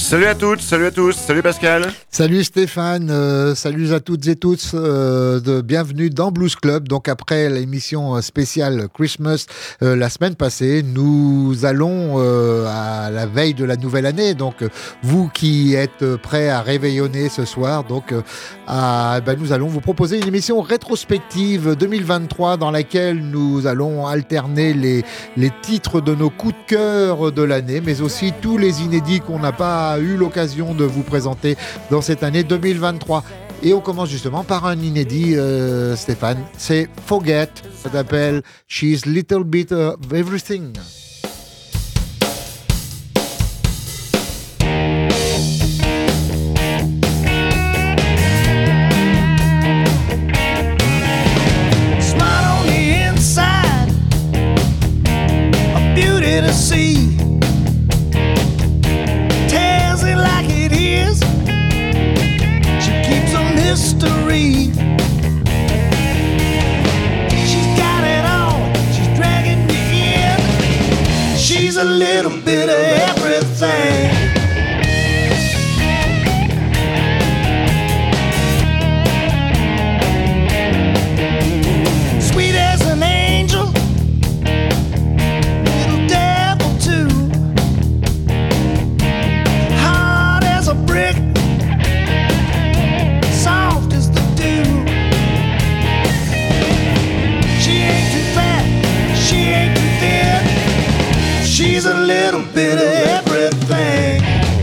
Salut à toutes, salut à tous, salut Pascal. Salut Stéphane, salut à toutes et tous, bienvenue dans Blues Club. Donc après l'émission spéciale Christmas la semaine passée, nous allons à la veille de la nouvelle année. Donc vous qui êtes prêts à réveillonner ce soir, donc nous allons vous proposer une émission rétrospective 2023 dans laquelle nous allons alterner les titres de nos coups de cœur de l'année, mais aussi tous les inédits qu'on n'a pas eu l'occasion de vous présenter dans cette année 2023. Et on commence justement par un inédit, Stéphane. C'est Forget, ça s'appelle She's Little Bit of Everything. Smart on the inside, a beauty to see. Mystery. She's got it all, she's dragging me in. She's a little bit of everything. Sweet as an angel, little devil too. Hard as a brick, she's a little bit of everything.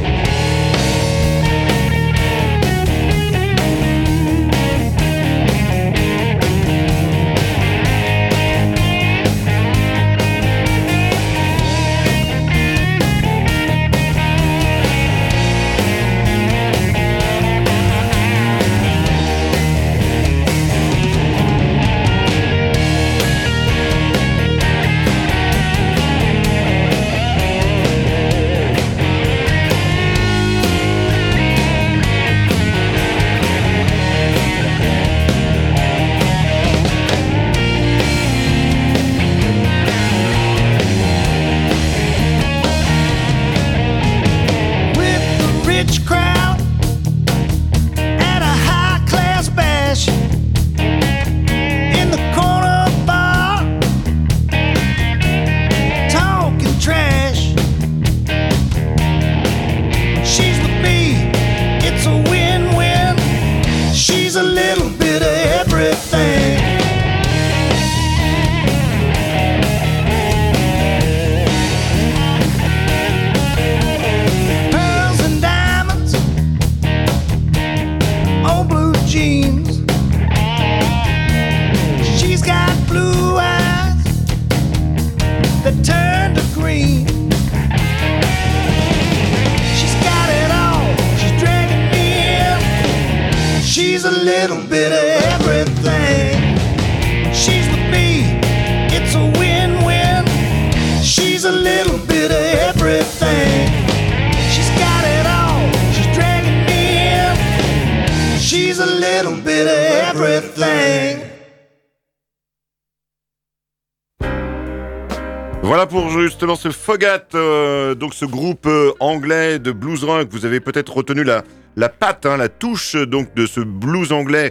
Voilà pour justement ce Forget, donc ce groupe anglais de blues rock. Vous avez peut-être retenu la patte, la touche donc de ce blues anglais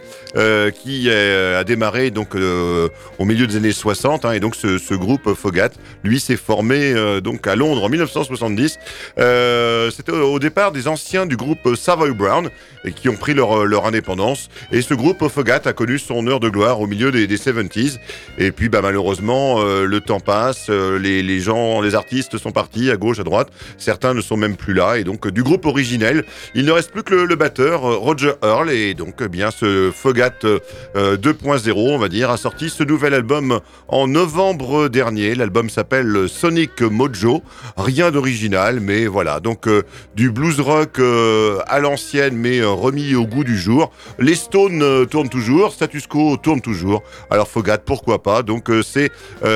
qui a démarré donc au milieu des années 60, et donc ce groupe Forget, lui, s'est formé donc à Londres en 1970. C'était au départ des anciens du groupe Savoy Brown et qui ont pris leur indépendance. Et ce groupe Forget a connu son heure de gloire au milieu des 70s. Et puis malheureusement, le temps passe, les artistes sont partis à gauche, à droite. Certains ne sont même plus là. Et donc du groupe originel, il ne reste plus que le batteur Roger Earl, et donc bien ce Forget 2.0, on va dire, a sorti ce nouvel album en novembre dernier. L'album s'appelle Sonic Mojo. Rien d'original, mais voilà, donc du blues rock à l'ancienne, mais remis au goût du jour. Les Stones tournent toujours, Status Quo tourne toujours. Alors Forget, pourquoi pas. Donc c'est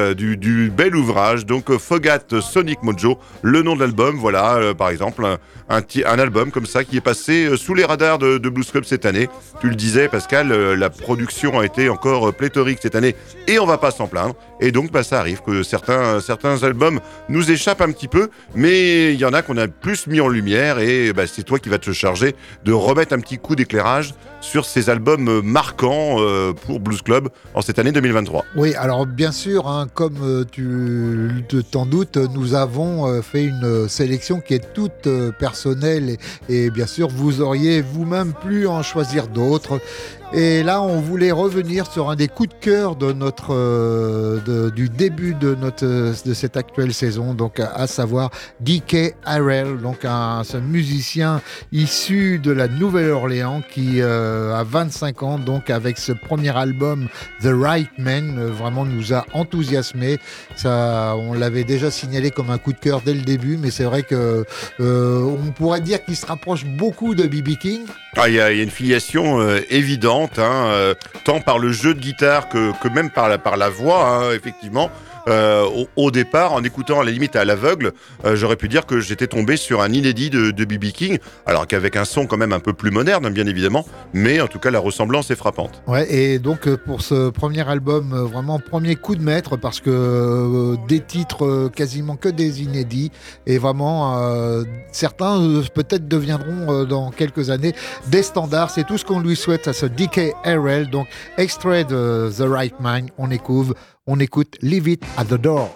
du bel ouvrage. Donc Forget Sonic Mojo, le nom de l'album. Voilà, par exemple un album comme ça qui est passé sous les radars de Blues Club cette année. Tu le disais, Pascal, la production a été encore pléthorique cette année et on va pas s'en plaindre. Et donc, ça arrive que certains albums nous échappent un petit peu, mais il y en a qu'on a plus mis en lumière et c'est toi qui vas te charger de remettre un petit coup d'éclairage sur ces albums marquants pour Blues Club en cette année 2023. Oui, alors bien sûr, comme tu t'en doutes, nous avons fait une sélection qui est toute personnelle et bien sûr, vous auriez vous-même pu en choisir d'autres. Et là, on voulait revenir sur un des coups de cœur de du début de cette actuelle saison, donc à savoir D.K. Harrell, donc ce musicien issu de la Nouvelle-Orléans qui a 25 ans, donc avec ce premier album The Right Man, vraiment nous a enthousiasmés. Ça, on l'avait déjà signalé comme un coup de cœur dès le début, mais c'est vrai que on pourrait dire qu'il se rapproche beaucoup de B.B. King. Il y a une filiation évidente, tant par le jeu de guitare que même par la voix, effectivement. Au départ, en écoutant à la limite à l'aveugle, j'aurais pu dire que j'étais tombé sur un inédit de B.B. King, alors qu'avec un son quand même un peu plus moderne, bien évidemment, mais en tout cas la ressemblance est frappante. Ouais, et donc pour ce premier album, vraiment premier coup de maître, parce que des titres quasiment que des inédits, et vraiment certains peut-être deviendront dans quelques années des standards. C'est tout ce qu'on lui souhaite à ce D.K. Harrell, donc extrait de The Right Mind. On écoute Leave It at the Door.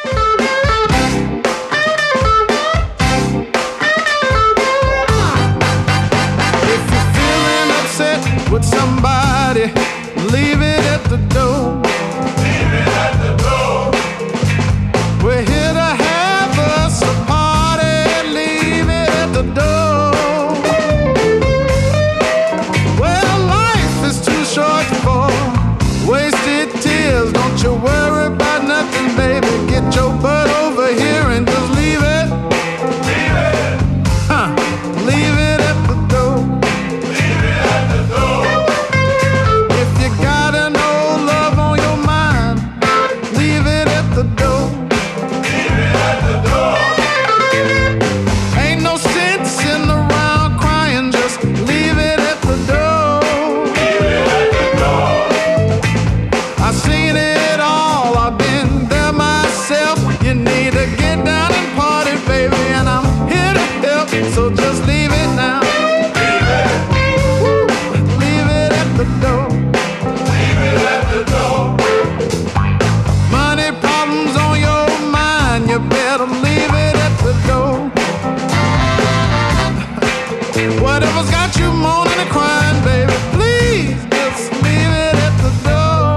If you're feeling upset with somebody, leave it at the door. Leave it at the door. We're here to have us a party. Leave it at the door. Well, life is too short for wasted tears. Don't you worry about nothing, baby. Get your butt over here and just leave it. Leave it. Leave it at the door. Leave it at the door. If you got an old love on your mind, leave it at the door. Leave it at the door. Ain't no sense sitting around crying, just leave it at the door. Leave it at the door. I've seen it all, I've been there myself. You need to get down and party, baby, and I'm here to help. So just leave it now. Leave it. Woo. Leave it at the door. Leave it at the door. Money problems on your mind, you better leave it at the door. Whatever's got you moaning and crying, baby, please just leave it at the door.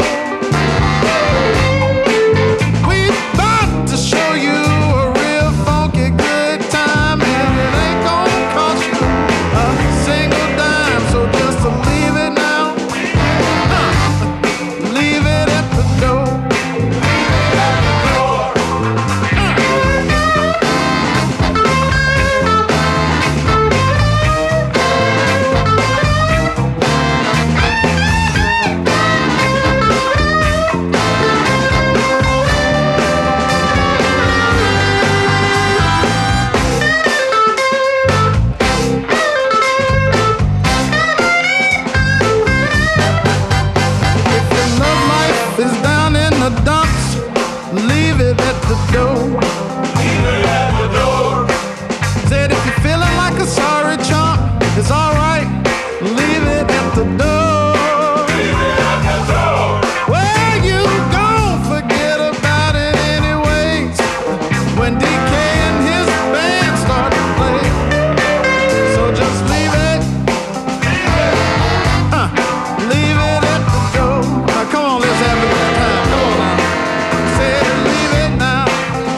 We're about to show you a real funky good time, and it ain't gonna cost you a single dime, so just to leave it now. Leave it at the door. Leave it at the door. If your love life is down in the dumps, leave it at the door. Leave it at the door. Said if you're feeling like a sorry chump, it's alright, leave it at the door. Leave it at the door. Well, you gon' forget about it anyways when DK and his band start to play. So just leave it. Leave it at the door. Now come on, let's have a good time. Come on now. Say it, leave it now.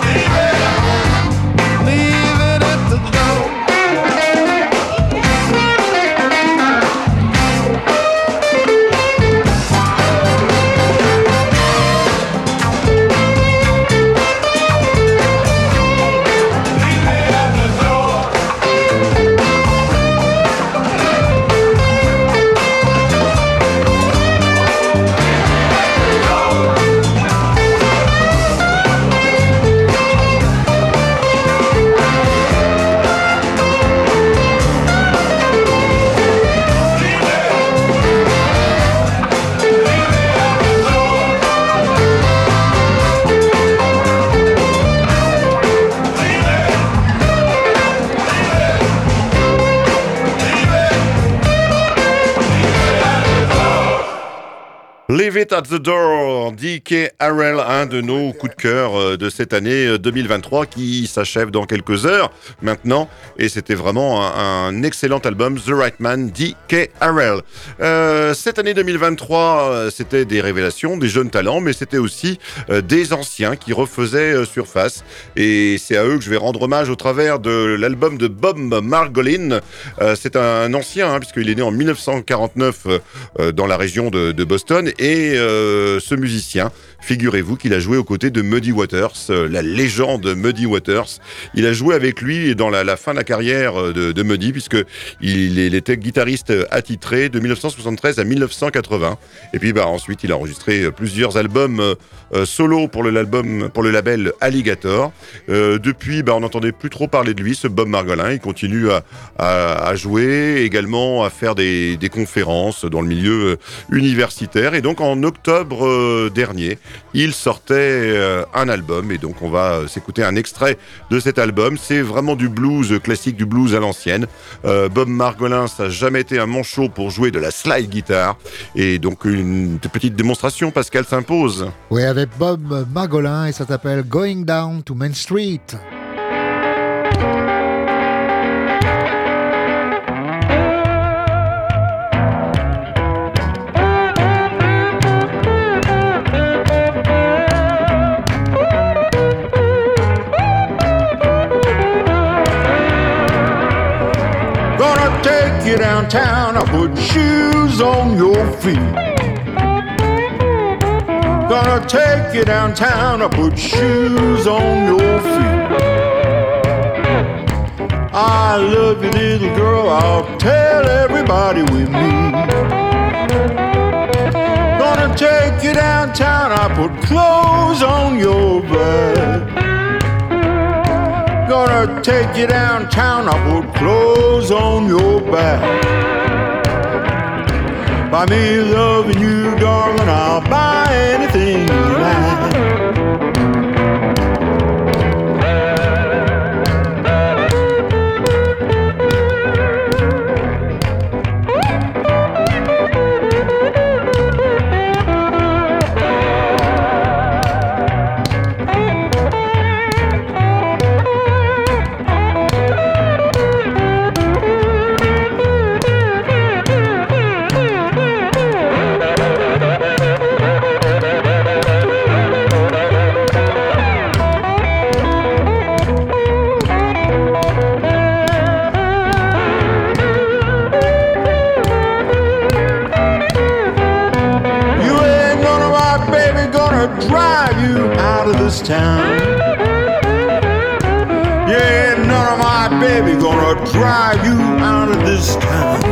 Leave It at the Door, D.K. Harrell, un de nos coups de cœur de cette année 2023 qui s'achève dans quelques heures maintenant. Et c'était vraiment un excellent album, The Right Man, D.K. Harrell. Cette année 2023, c'était des révélations, des jeunes talents, mais c'était aussi des anciens qui refaisaient surface. Et c'est à eux que je vais rendre hommage au travers de l'album de Bob Margolin. C'est un ancien, puisqu'il est né en 1949 dans la région de Boston. Et ce musicien, figurez-vous qu'il a joué aux côtés de Muddy Waters, la légende Muddy Waters. Il a joué avec lui dans la fin de la carrière de Muddy, puisqu'il était guitariste attitré de 1973 à 1980. Et puis ensuite, il a enregistré plusieurs albums solo pour le label Alligator. Depuis, on n'entendait plus trop parler de lui, ce Bob Margolin. Il continue à jouer, également à faire des conférences dans le milieu universitaire. Et donc, en octobre dernier, il sortait un album. Et donc, on va s'écouter un extrait de cet album. C'est vraiment du blues classique, du blues à l'ancienne. Bob Margolin, ça n'a jamais été un manchot pour jouer de la slide guitar. Et donc, une petite démonstration, Pascal, s'impose. Oui, avec Bob Margolin, et ça s'appelle Going Down to Main Street. You downtown, I put shoes on your feet. Gonna take you downtown, I put shoes on your feet. I love you, little girl, I'll tell everybody we meet. Gonna take you downtown, I put clothes on your back. Gonna take you downtown, I'll put clothes on your back. By me loving you, darling, I'll buy anything you like. Town. Yeah, none of my baby gonna drive you out of this town.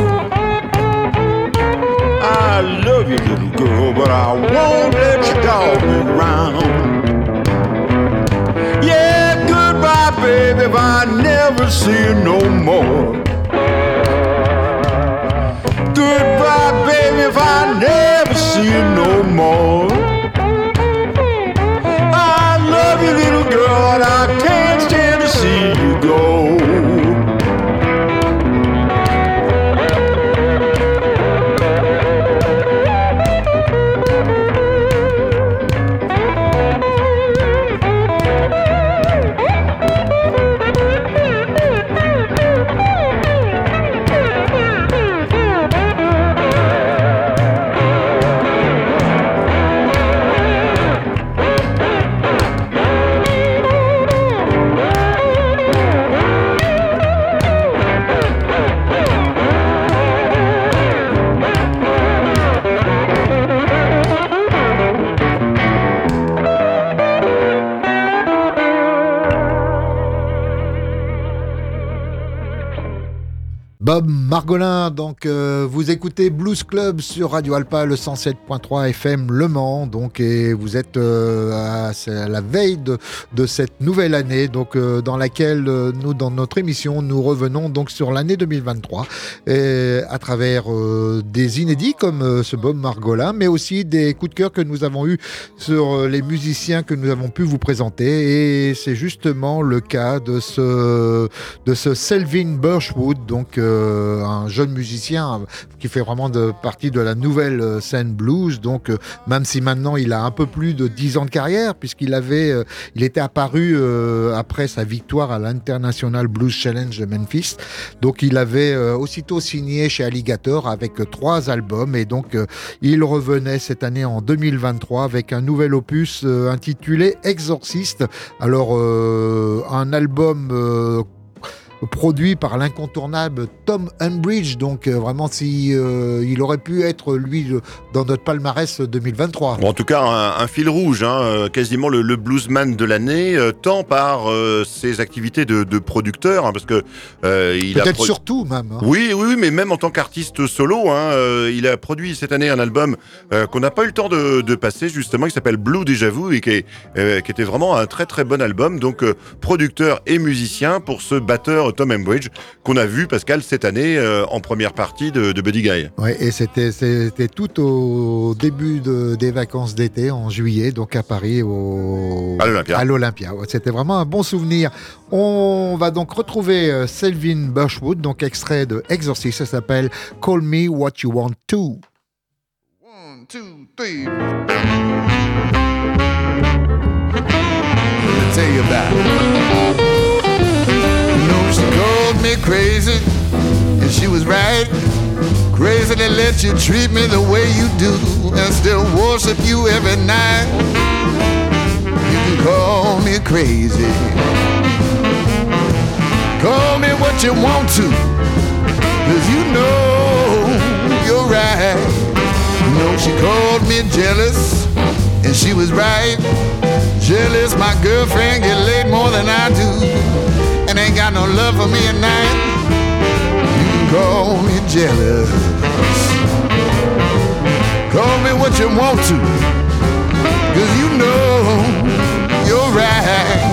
I love you, little girl, but I won't let you dog me around. Yeah, goodbye, baby, if I never see you no more. Goodbye, baby, if I never see you no more. You little girl, and I can't stand to see you go. Bob Margolin, donc vous écoutez Blues Club sur Radio Alpa, le 107.3 FM Le Mans, donc, et vous êtes à la veille de cette nouvelle année, donc dans laquelle nous, dans notre émission, nous revenons donc sur l'année 2023 et à travers des inédits comme ce Bob Margolin, mais aussi des coups de cœur que nous avons eus sur les musiciens que nous avons pu vous présenter, et c'est justement le cas de ce Selwyn Birchwood, donc un jeune musicien qui fait vraiment partie de la nouvelle scène blues. Donc, même si maintenant il a un peu plus de 10 ans de carrière, puisqu'il il était apparu après sa victoire à l'International Blues Challenge de Memphis. Donc, il avait aussitôt signé chez Alligator avec 3 albums. Et donc, il revenait cette année en 2023 avec un nouvel opus intitulé Exorcist. Alors, un album produit par l'incontournable Tom Unbridge, donc vraiment il aurait pu être lui dans notre palmarès 2023. Bon, en tout cas, un fil rouge, quasiment le bluesman de l'année, tant par ses activités de producteur, parce que il peut-être surtout même. Oui, mais même en tant qu'artiste solo, il a produit cette année un album qu'on n'a pas eu le temps de passer justement, qui s'appelle Blue Déjà Vu et qui était vraiment un très très bon album. Donc producteur et musicien pour ce batteur Tom Unbridge qu'on a vu, Pascal, cette année en première partie de Buddy Guy. Oui, et c'était tout au début des vacances d'été, en juillet, donc à Paris, à l'Olympia. C'était vraiment un bon souvenir. On va donc retrouver Selwyn Birchwood, donc extrait de Exorcist, ça s'appelle Call Me What You Want To. 1, 2, 3. Let me tell you about it. You know, she called me crazy, and she was right. Crazy to let you treat me the way you do, and still worship you every night. You can call me crazy, call me what you want to, 'cause you know you're right. You know, she called me jealous, and she was right. Jealous, my girlfriend get laid more than I do, and ain't got no love for me at night. You can call me jealous, call me what you want to, 'cause you know you're right.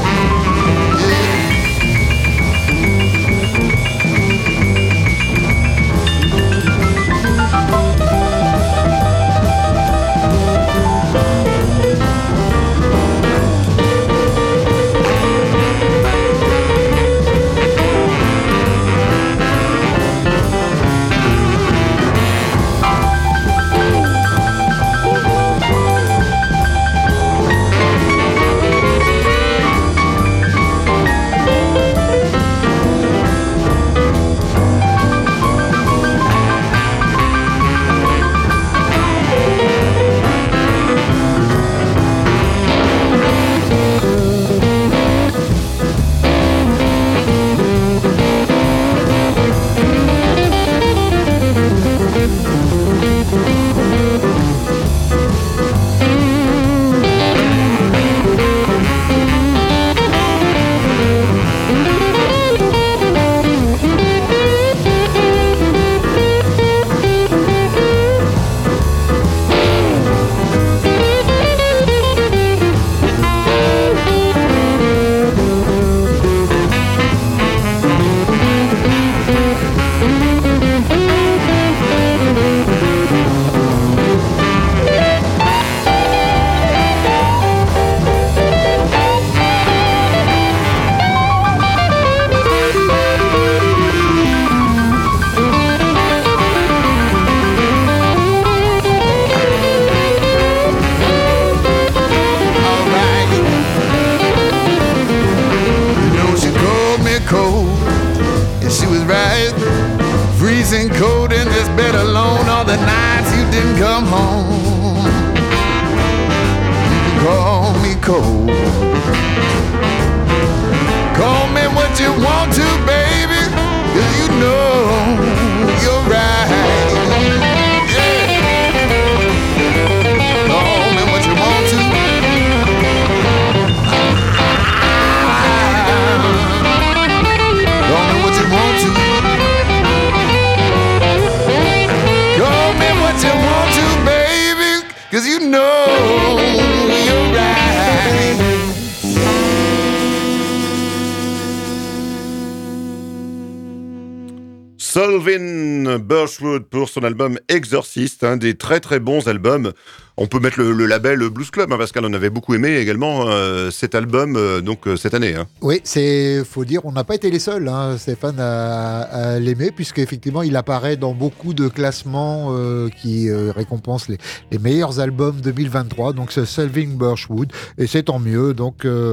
Selwyn Birchwood pour son album Exorcist, un des très très bons albums on peut mettre le label Blues Club, hein, Pascal, on avait beaucoup aimé également cet album cette année. Hein. Oui, faut dire, on n'a pas été les seuls, hein, Stéphane, à l'aimer, puisqu'effectivement, il apparaît dans beaucoup de classements qui récompensent les meilleurs albums 2023, donc c'est Selwyn Birchwood, et c'est tant mieux, donc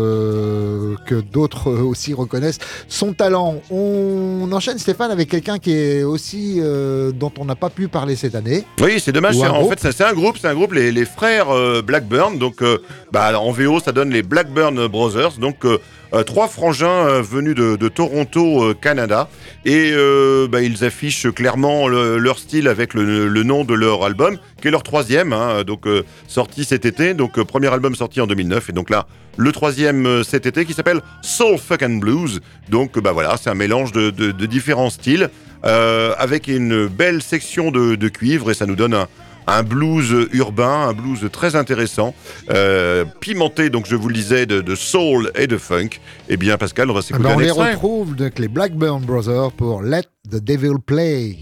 que d'autres aussi reconnaissent son talent. On enchaîne, Stéphane, avec quelqu'un qui est aussi dont on n'a pas pu parler cette année. Oui, c'est dommage, en fait c'est un groupe, les frères Blackburn, donc en VO ça donne les Blackburn Brothers, donc 3 frangins venus de Toronto, Canada, et ils affichent clairement leur style avec le nom de leur album, qui est leur 3e, hein, donc sorti cet été, donc premier album sorti en 2009, et donc là, le 3e cet été, qui s'appelle Soul Fucking Blues, donc c'est un mélange de différents styles, avec une belle section de cuivre, et ça nous donne un blues urbain, un blues très intéressant, pimenté, donc je vous le disais, de soul et de funk. Eh bien, Pascal, on va s'écouter un extrait. On les retrouve, donc, les Blackburn Brothers, pour Let the Devil Play.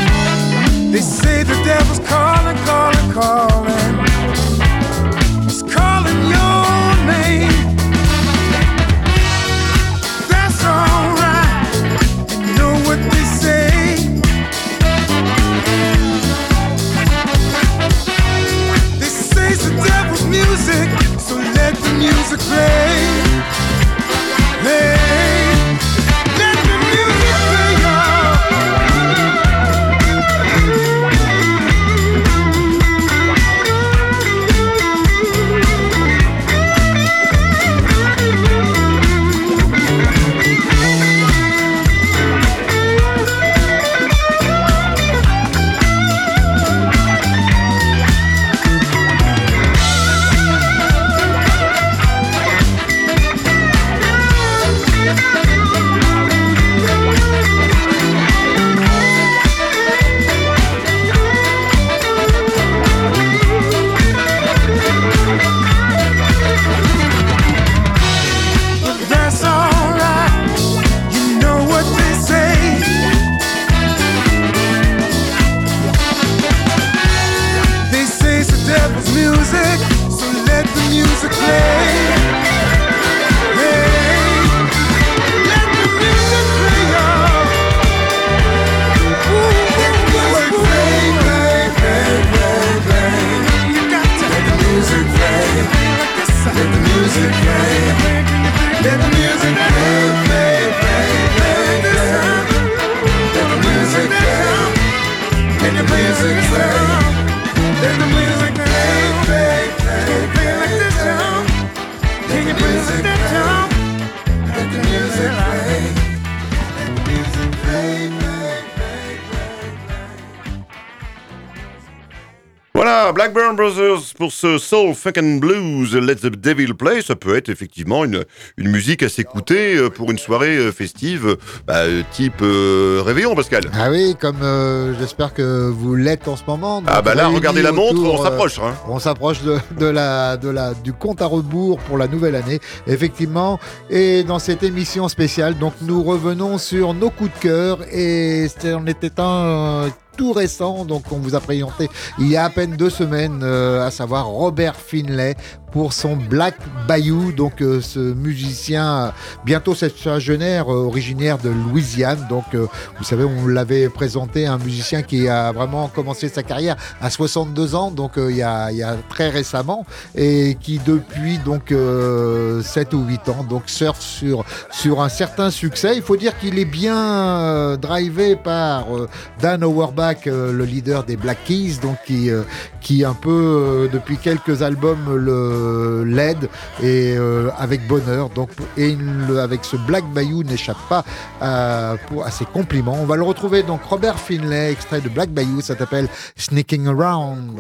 They say the devil's calling, calling, calling. He's Blackburn Brothers pour ce Soul Funk and Blues, Let the Devil Play, ça peut être effectivement une musique à s'écouter pour une soirée festive, type réveillon, Pascal. Ah oui, comme j'espère que vous l'êtes en ce moment. Ah bah là, regardez la montre, on s'approche. On s'approche du compte à rebours pour la nouvelle année, effectivement. Et dans cette émission spéciale, donc nous revenons sur nos coups de cœur et on était un tout récent, donc on vous a présenté il y a à peine 2 semaines, à savoir Robert Finlay pour son Black Bayou, donc ce musicien bientôt septuagénaire, originaire de Louisiane. Donc vous savez, on l'avait présenté, un musicien qui a vraiment commencé sa carrière à 62 ans, donc il y a très récemment, et qui depuis donc 7 ou 8 ans donc surfe sur un certain succès. Il faut dire qu'il est bien drivé par Dan Auerbach, le leader des Black Keys, donc qui un peu depuis quelques albums l'aide et avec bonheur, donc avec ce Black Bayou n'échappe pas à ses compliments. On va le retrouver, donc Robert Finlay, extrait de Black Bayou, ça s'appelle Sneaking Around.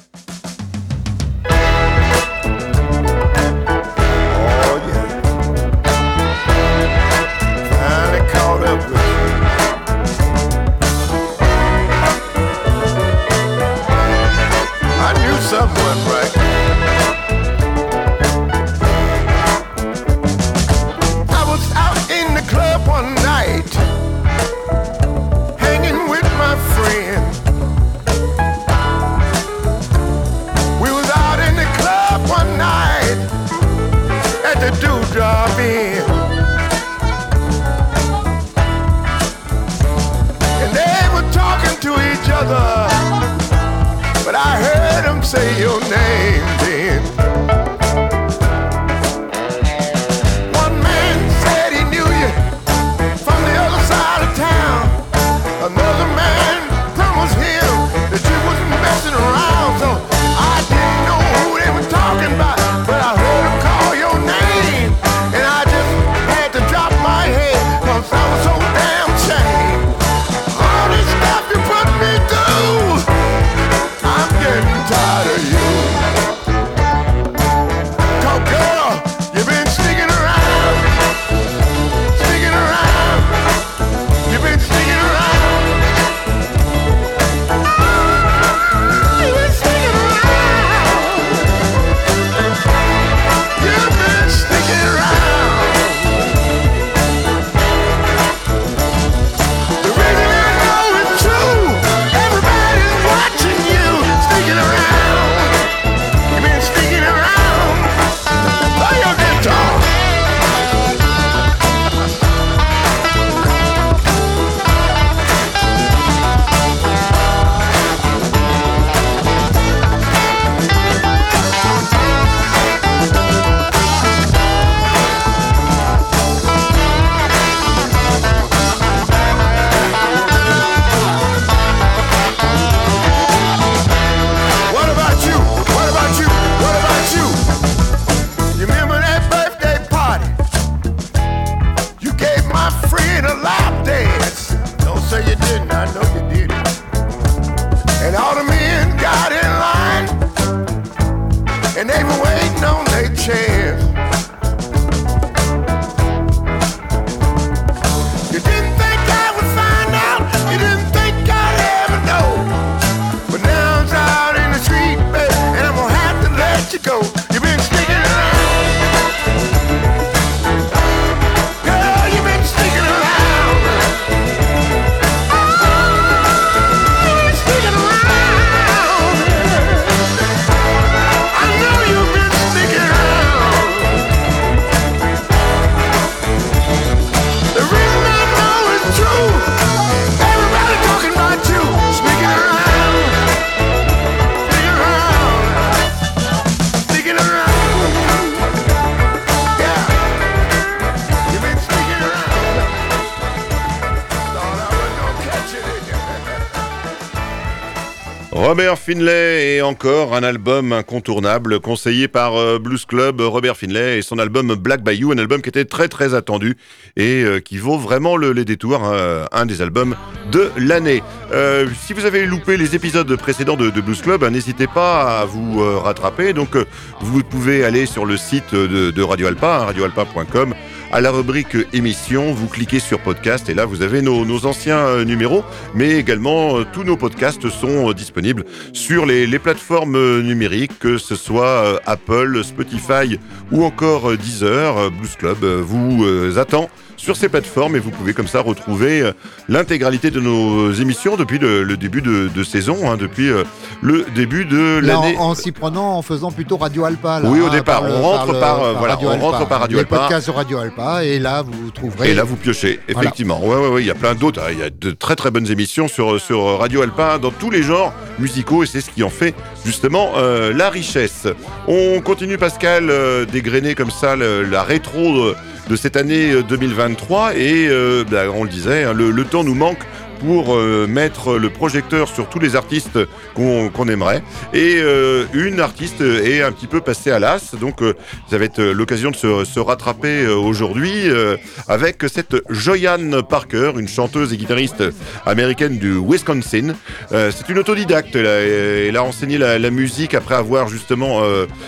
Someone right. I was out in the club one night, hanging with my friend. We was out in the club one night at the Dewdrop Inn, and they were talking to each other, but I heard him say your name then. One man said he knew you from the other side of town. Another man promised him that you wasn't messing around. So I didn't know who they were talking about, but I heard him call your name, and I just had to drop my head, 'cause I was so damn ashamed. All this stuff you put me through, I'm getting tired of you. Robert Finlay et encore un album incontournable conseillé par Blues Club. Robert Finlay et son album Black Bayou, un album qui était très très attendu et qui vaut vraiment les détours, un des albums de l'année. Si vous avez loupé les épisodes précédents de Blues Club, n'hésitez pas à vous rattraper. Donc vous pouvez aller sur le site de Radio Alpa, radioalpa.com. À la rubrique émission, vous cliquez sur podcast et là vous avez nos anciens numéros, mais également tous nos podcasts sont disponibles sur les plateformes numériques, que ce soit Apple, Spotify ou encore Deezer. Blues Club vous attend sur ces plateformes et vous pouvez comme ça retrouver l'intégralité de nos émissions depuis le début de saison, depuis le début de l'année. En s'y prenant, en faisant plutôt Radio Alpa. Là, oui, au départ, on rentre par Radio Alpa. Les podcasts sur Radio Alpa et là vous trouverez. Et là vous piochez, effectivement. Voilà. Ouais, il y a plein d'autres. Il y a de très très bonnes émissions sur Radio Alpa dans tous les genres musicaux et c'est ce qui en fait justement la richesse. On continue, Pascal, dégrainer comme ça la rétro de cette année 2023 et on le disait, le temps nous manque pour mettre le projecteur sur tous les artistes qu'on aimerait et une artiste est un petit peu passée à l'as, donc ça va être l'occasion de se rattraper aujourd'hui avec cette Joyanne Parker, une chanteuse et guitariste américaine du Wisconsin. C'est une autodidacte, elle a enseigné la musique après avoir justement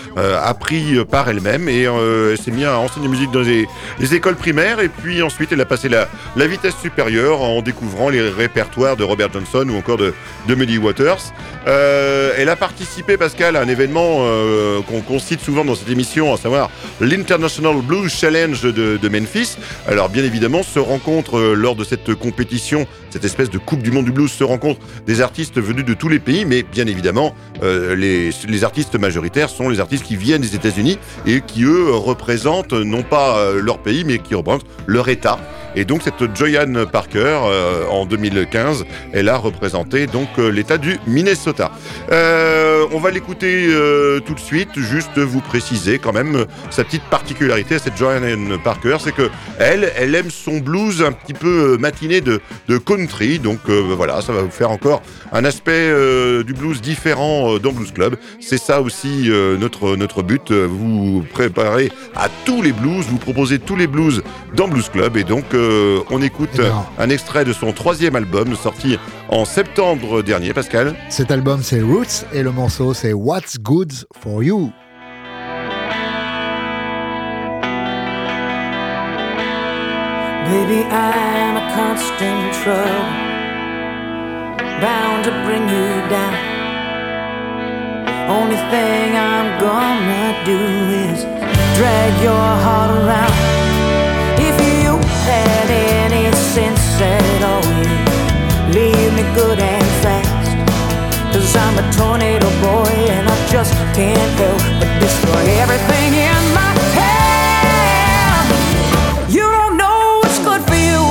appris par elle-même et elle s'est mise à enseigner la musique dans les écoles primaires et puis ensuite elle a passé la vitesse supérieure en découvrant les répertoire de Robert Johnson ou encore de Muddy Waters. Elle a participé, Pascal, à un événement qu'on cite souvent dans cette émission, à savoir l'International Blues Challenge de Memphis. Alors bien évidemment, se rencontrent lors de cette compétition, cette espèce de Coupe du Monde du Blues, se rencontrent des artistes venus de tous les pays, mais bien évidemment, les artistes majoritaires sont les artistes qui viennent des États-Unis et qui, eux, représentent non pas leur pays, mais qui représentent leur État. Et donc cette Joyanne Parker, en 2015, elle a représenté donc l'État du Minnesota. On va l'écouter tout de suite, juste vous préciser quand même sa petite particularité à cette Joyanne Parker, c'est que elle aime son blues un petit peu matiné de country, donc voilà, ça va vous faire encore un aspect du blues différent dans Blues Club. C'est ça aussi notre but, vous préparez à tous les blues, vous proposez tous les blues dans Blues Club et donc on écoute un extrait de son 3e album sorti en septembre dernier, Pascal. Cet album c'est Roots et le morceau c'est What's Good For You. Baby, I'm a constant trouble, bound to bring you down. Only thing I'm gonna do is drag your heart around. If you had any sense at all, you'd leave me good and fast. 'Cause I'm a tornado boy and I just can't help but destroy everything in my head. You don't know what's good for you,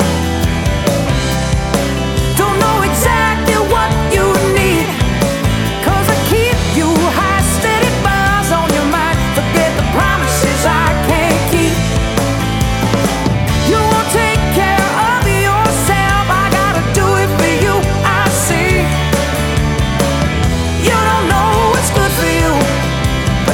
don't know exactly what you need. 'Cause I keep you high, steady bars on your mind. Forget the promises I can't keep. You won't take care of yourself, I gotta do it for you, I see. You don't know what's good for you,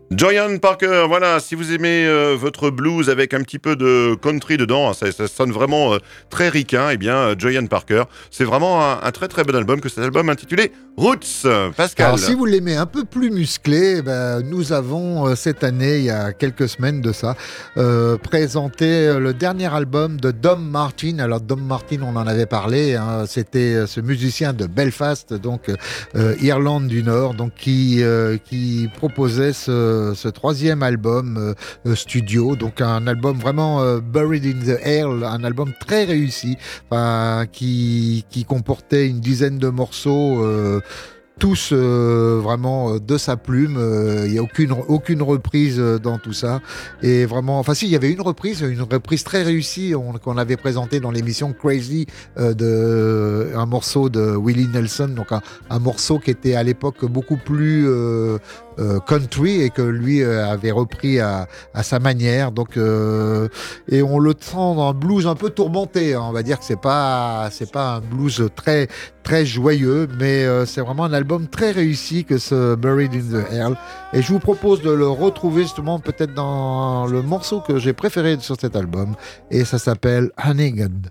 Joyan Parker, voilà, si vous aimez votre blues avec un petit peu de country dedans, hein, ça sonne vraiment très ricain, eh bien, Joyan Parker, c'est vraiment un très très bon album, que cet album intitulé Roots, Pascal. Alors, si vous l'aimez un peu plus musclé, nous avons cette année, il y a quelques semaines de ça, présenté le dernier album de Dom Martin. Alors, Dom Martin, on en avait parlé, hein, c'était ce musicien de Belfast, donc Irlande du Nord, donc qui proposait ce troisième album studio, donc un album vraiment Buried in the Air, un album très réussi, qui comportait une dizaine de morceaux tous vraiment de sa plume. Il n'y a aucune reprise dans tout ça. Et vraiment, enfin si, il y avait une reprise très réussie qu'on avait présentée dans l'émission Crazy, un morceau de Willie Nelson, donc un morceau qui était à l'époque beaucoup plus country et que lui avait repris à sa manière. Donc, et on le sent dans un blues un peu tourmenté, hein. On va dire que c'est pas un blues très très joyeux, mais c'est vraiment un album très réussi que ce Buried in the Air. Et je vous propose de le retrouver justement peut-être dans le morceau que j'ai préféré sur cet album, et ça s'appelle Hannigan.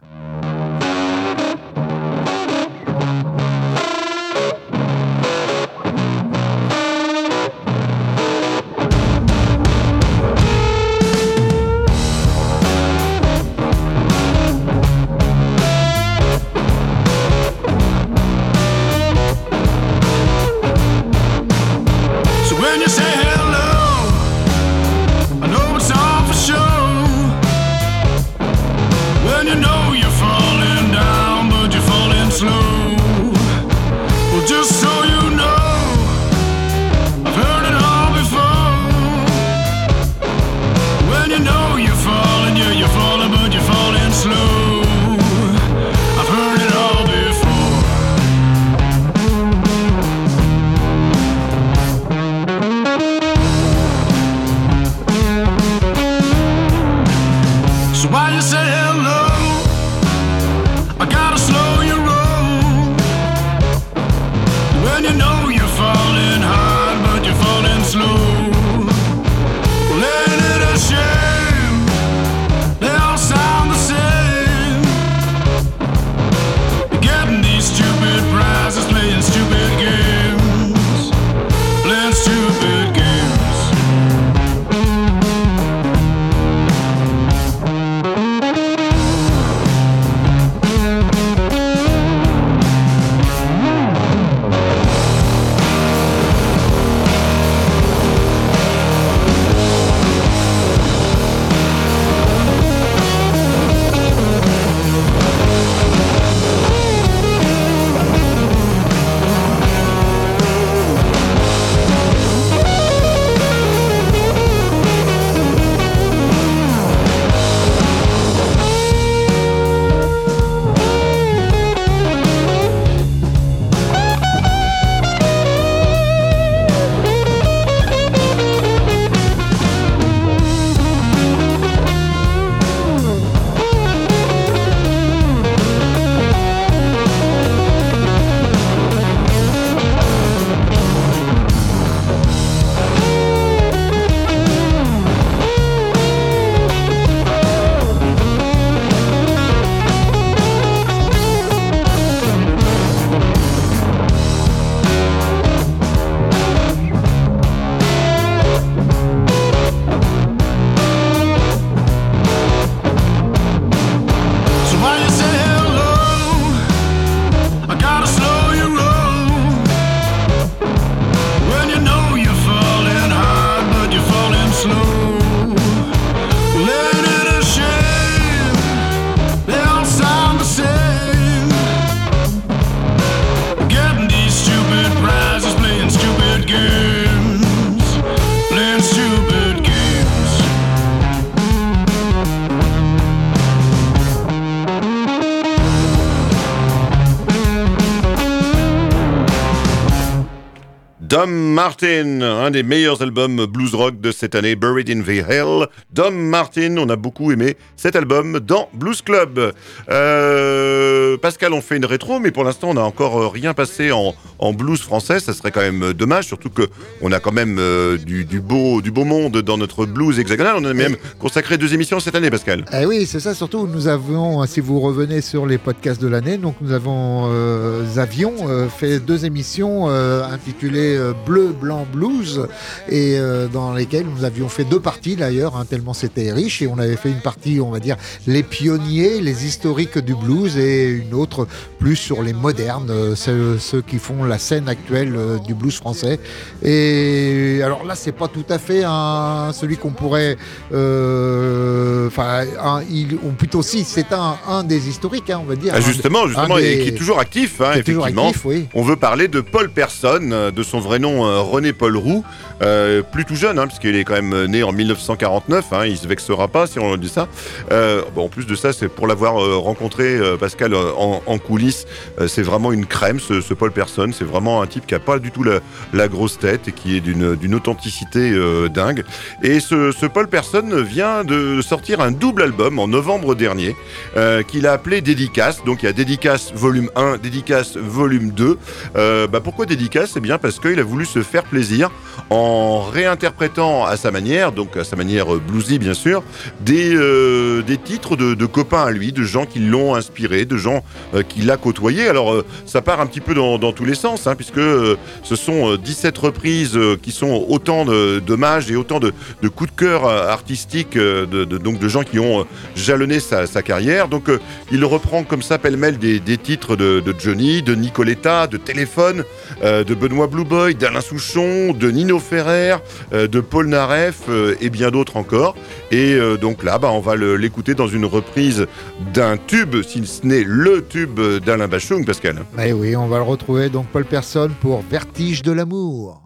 Dom Martin, un des meilleurs albums blues rock de cette année, Buried in the Hell. Dom Martin, on a beaucoup aimé cet album dans Blues Club. Pascal, on fait une rétro, mais pour l'instant, on n'a encore rien passé en blues français. Ça serait quand même dommage, surtout qu'on a quand même du beau monde dans notre blues hexagonal. On a même consacré 2 émissions cette année, Pascal. Eh oui, c'est ça. Surtout, nous avons, si vous revenez sur les podcasts de l'année, donc nous avions fait 2 émissions intitulées Bleu, Blanc, Blues, et dans lesquelles nous avions fait 2 parties d'ailleurs, hein, tellement c'était riche. Et on avait fait une partie, on va dire, les pionniers, les historiques du blues, et une autre plus sur les modernes, ceux qui font la scène actuelle du blues français. Et alors là, c'est pas tout à fait celui qu'on pourrait, ou plutôt si, c'est un des historiques, hein, on va dire. Justement, et qui est toujours actif, hein, effectivement. Toujours actif, oui. On veut parler de Paul Person, de son vrai nom René Paul Roux, plus tout jeune, hein, parce qu'il est quand même né en 1949, hein, il se vexera pas si on dit ça. En plus de ça, c'est pour l'avoir rencontré, Pascal, en coulisses, c'est vraiment une crème, ce Paul Person. C'est vraiment un type qui a pas du tout la grosse tête et qui est d'une authenticité dingue. Et ce Paul Person vient de sortir un double album en novembre dernier, qu'il a appelé Dédicace. Donc il y a Dédicace volume 1, Dédicace volume 2. Pourquoi Dédicace ? C'est bien parce qu'il a voulu se faire plaisir en réinterprétant à sa manière, donc à sa manière bluesy bien sûr, des titres de copains à lui, de gens qui l'ont inspiré, de gens qui l'a côtoyé. Alors ça part un petit peu dans tous les sens, hein, puisque ce sont 17 reprises qui sont autant d'hommages et autant de coups de cœur artistiques donc de gens qui ont jalonné sa carrière. Donc il reprend comme ça pêle-mêle des titres de Johnny, de Nicoletta, de Téléphone, de Benoît Blue Boy, d'Alain Souchon, de Nino Ferrer, de Paul Naref et bien d'autres encore. Et donc là, on va l'écouter dans une reprise d'un tube, si ce n'est le tube d'Alain Bachung, Pascal. Eh oui, on va le retrouver, donc Paul Person pour Vertige de l'amour.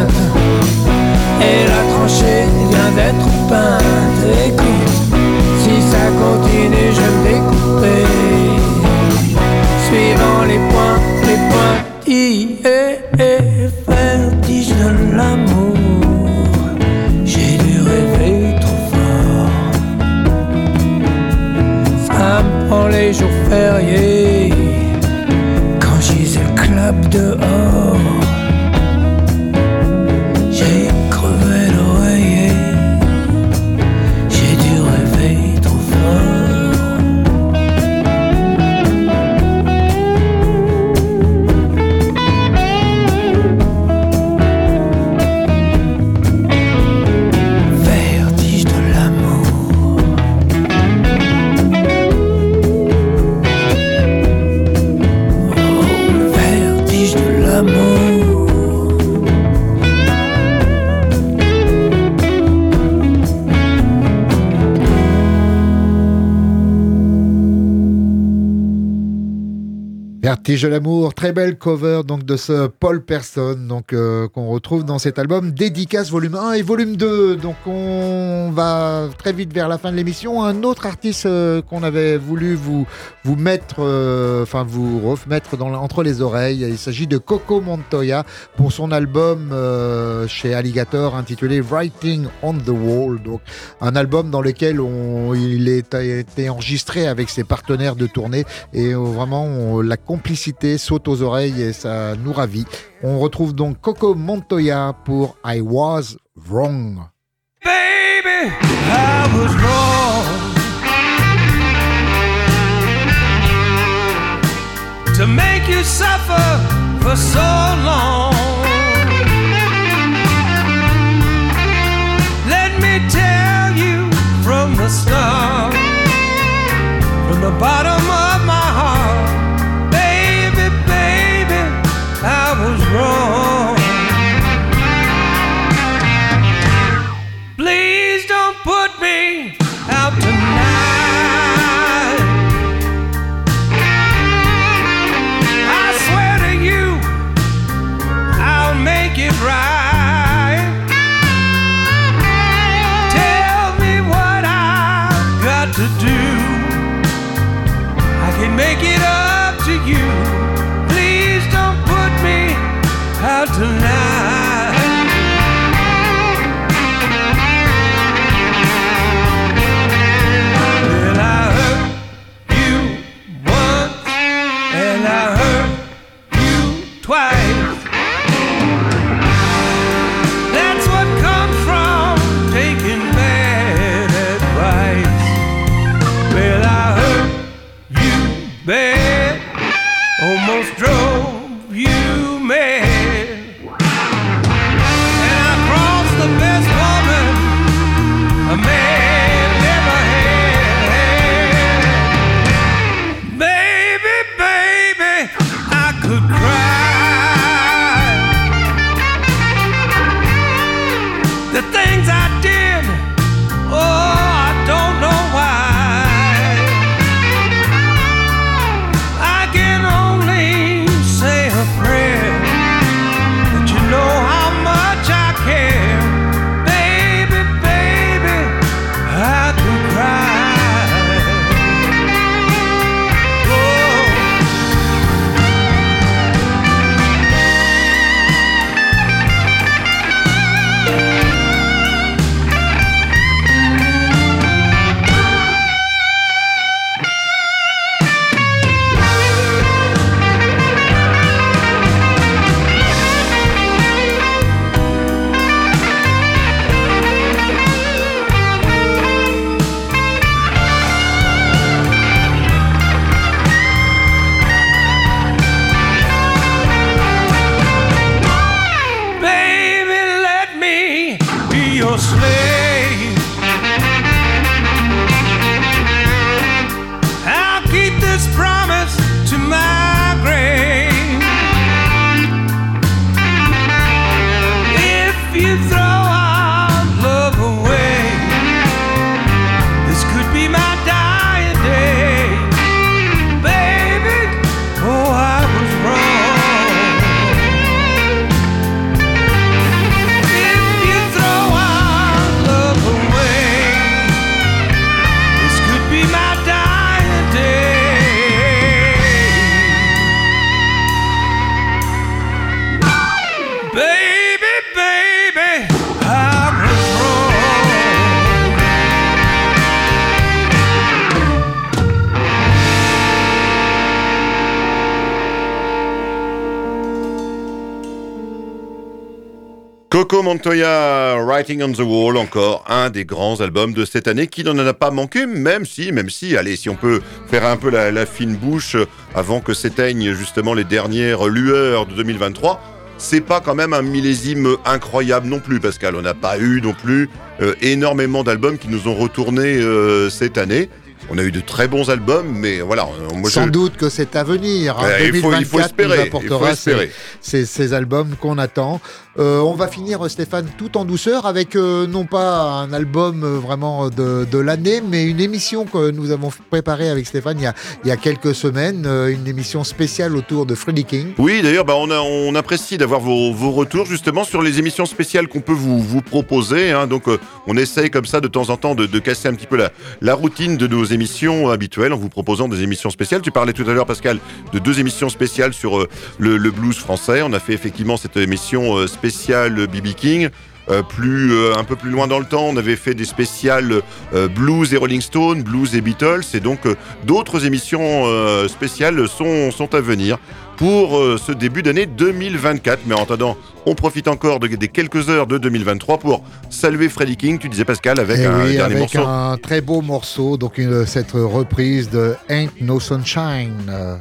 Et la tranchée vient d'être peinte. Écoute, si Perrier quand je lisais le club dehors. J'ai crevé l'oreiller, j'ai dû rêver trop fort. Vertige de l'amour. Oh, vertige de l'amour. Vertige de l'amour, très belle cover donc de ce Paul Person donc qu'on retrouve dans cet album Dédicace volume 1 et volume 2. Donc on va très vite vers la fin de l'émission. Un autre artiste qu'on avait voulu vous mettre vous remettre entre les oreilles. Il s'agit de Coco Montoya pour son album chez Alligator intitulé Writing on the Wall. Donc un album dans lequel il a été enregistré avec ses partenaires de tournée et vraiment la complicité saute aux oreilles et ça nous ravit. On retrouve donc Coco Montoya pour I Was Wrong. Baby, I was wrong to make you suffer for so long. Let me tell you from the start, from the bottom of my heart, baby, baby, I was wrong. Please don't put me out tonight. I swear to you, Franco Montoya, Writing on the Wall, encore un des grands albums de cette année qui n'en a pas manqué, même si, allez, si on peut faire un peu la fine bouche avant que s'éteignent justement les dernières lueurs de 2023, c'est pas quand même un millésime incroyable non plus, Pascal. On n'a pas eu non plus énormément d'albums qui nous ont retourné cette année. On a eu de très bons albums, mais voilà. Sans doute que c'est à venir. Hein. 2024 il faut espérer, nous apportera ces albums qu'on attend. On va finir, Stéphane, tout en douceur avec non pas un album vraiment de l'année, mais une émission que nous avons préparée avec Stéphane il y a quelques semaines, une émission spéciale autour de Freddie King. Oui, d'ailleurs, on apprécie d'avoir vos retours justement sur les émissions spéciales qu'on peut vous proposer. Hein. Donc, on essaye comme ça de temps en temps de casser un petit peu la routine de nos émissions habituelles en vous proposant des émissions spéciales. Tu parlais tout à l'heure, Pascal, de 2 émissions spéciales sur le blues français. On a fait effectivement cette émission spéciale B.B. King. Un peu plus loin dans le temps, on avait fait des spéciales blues et Rolling Stone, blues et Beatles, et donc d'autres émissions spéciales sont à venir pour ce début d'année 2024. Mais en attendant, on profite encore des quelques heures de 2023 pour saluer Freddie King, tu disais Pascal, avec dernier morceau. Avec un très beau morceau, donc cette reprise de Ain't No Sunshine.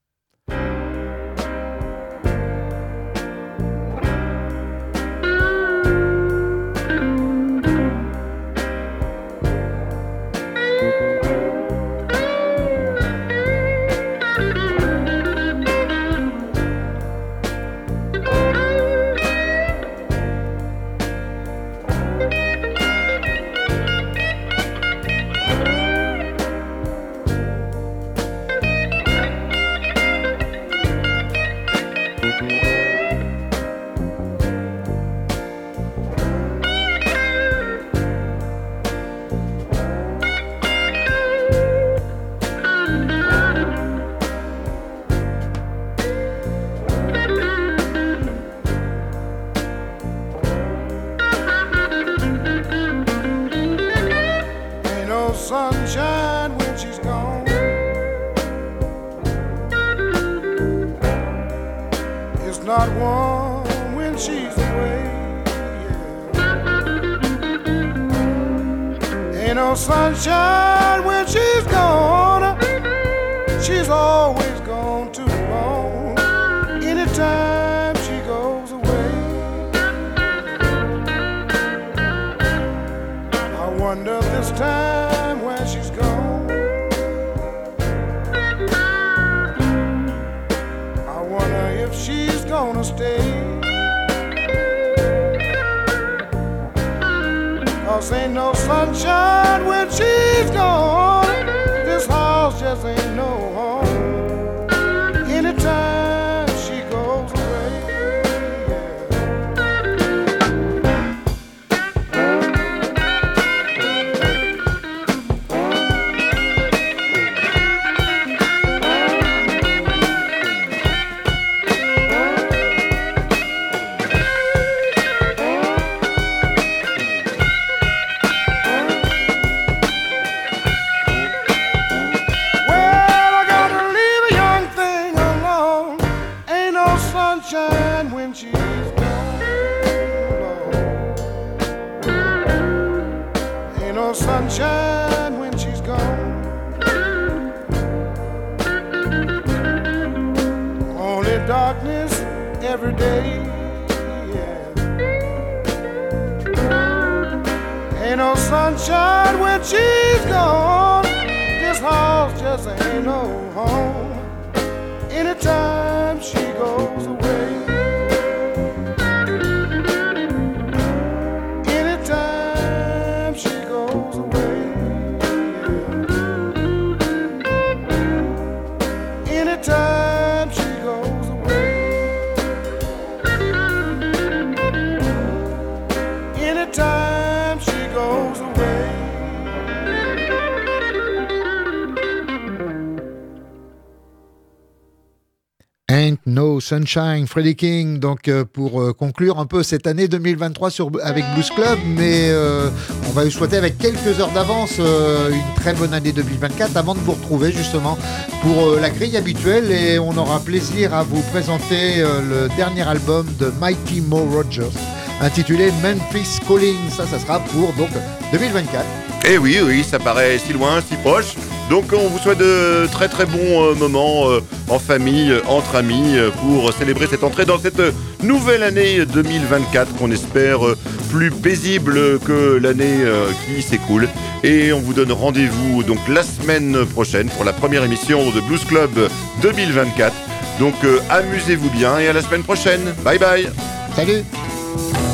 Sunshine when she's gone. It's not warm when she's away. Yeah. Ain't no sunshine when she's gone. She's always gone too long. Anytime she goes away, I wonder this time she's gone. I wonder if she's gonna stay. 'Cause ain't no sunshine when she's gone. This house just ain't no home. Anytime she goes away, sunshine when she's gone. Only darkness every day. Yeah. Ain't no sunshine when she's gone. This house just ain't no home. Anytime she goes away. Ain't No Sunshine, Freddie King, donc pour conclure un peu cette année 2023 avec Blues Club, mais on va vous souhaiter avec quelques heures d'avance une très bonne année 2024 avant de vous retrouver justement pour la grille habituelle, et on aura plaisir à vous présenter le dernier album de Mighty Mo Rogers intitulé Memphis Calling. Ça sera pour donc 2024. Et oui, ça paraît si loin, si proche. Donc on vous souhaite de très très bons moments en famille, entre amis, pour célébrer cette entrée dans cette nouvelle année 2024 qu'on espère plus paisible que l'année qui s'écoule. Et on vous donne rendez-vous donc la semaine prochaine pour la première émission de Blues Club 2024. Donc amusez-vous bien et à la semaine prochaine. Bye bye. Salut.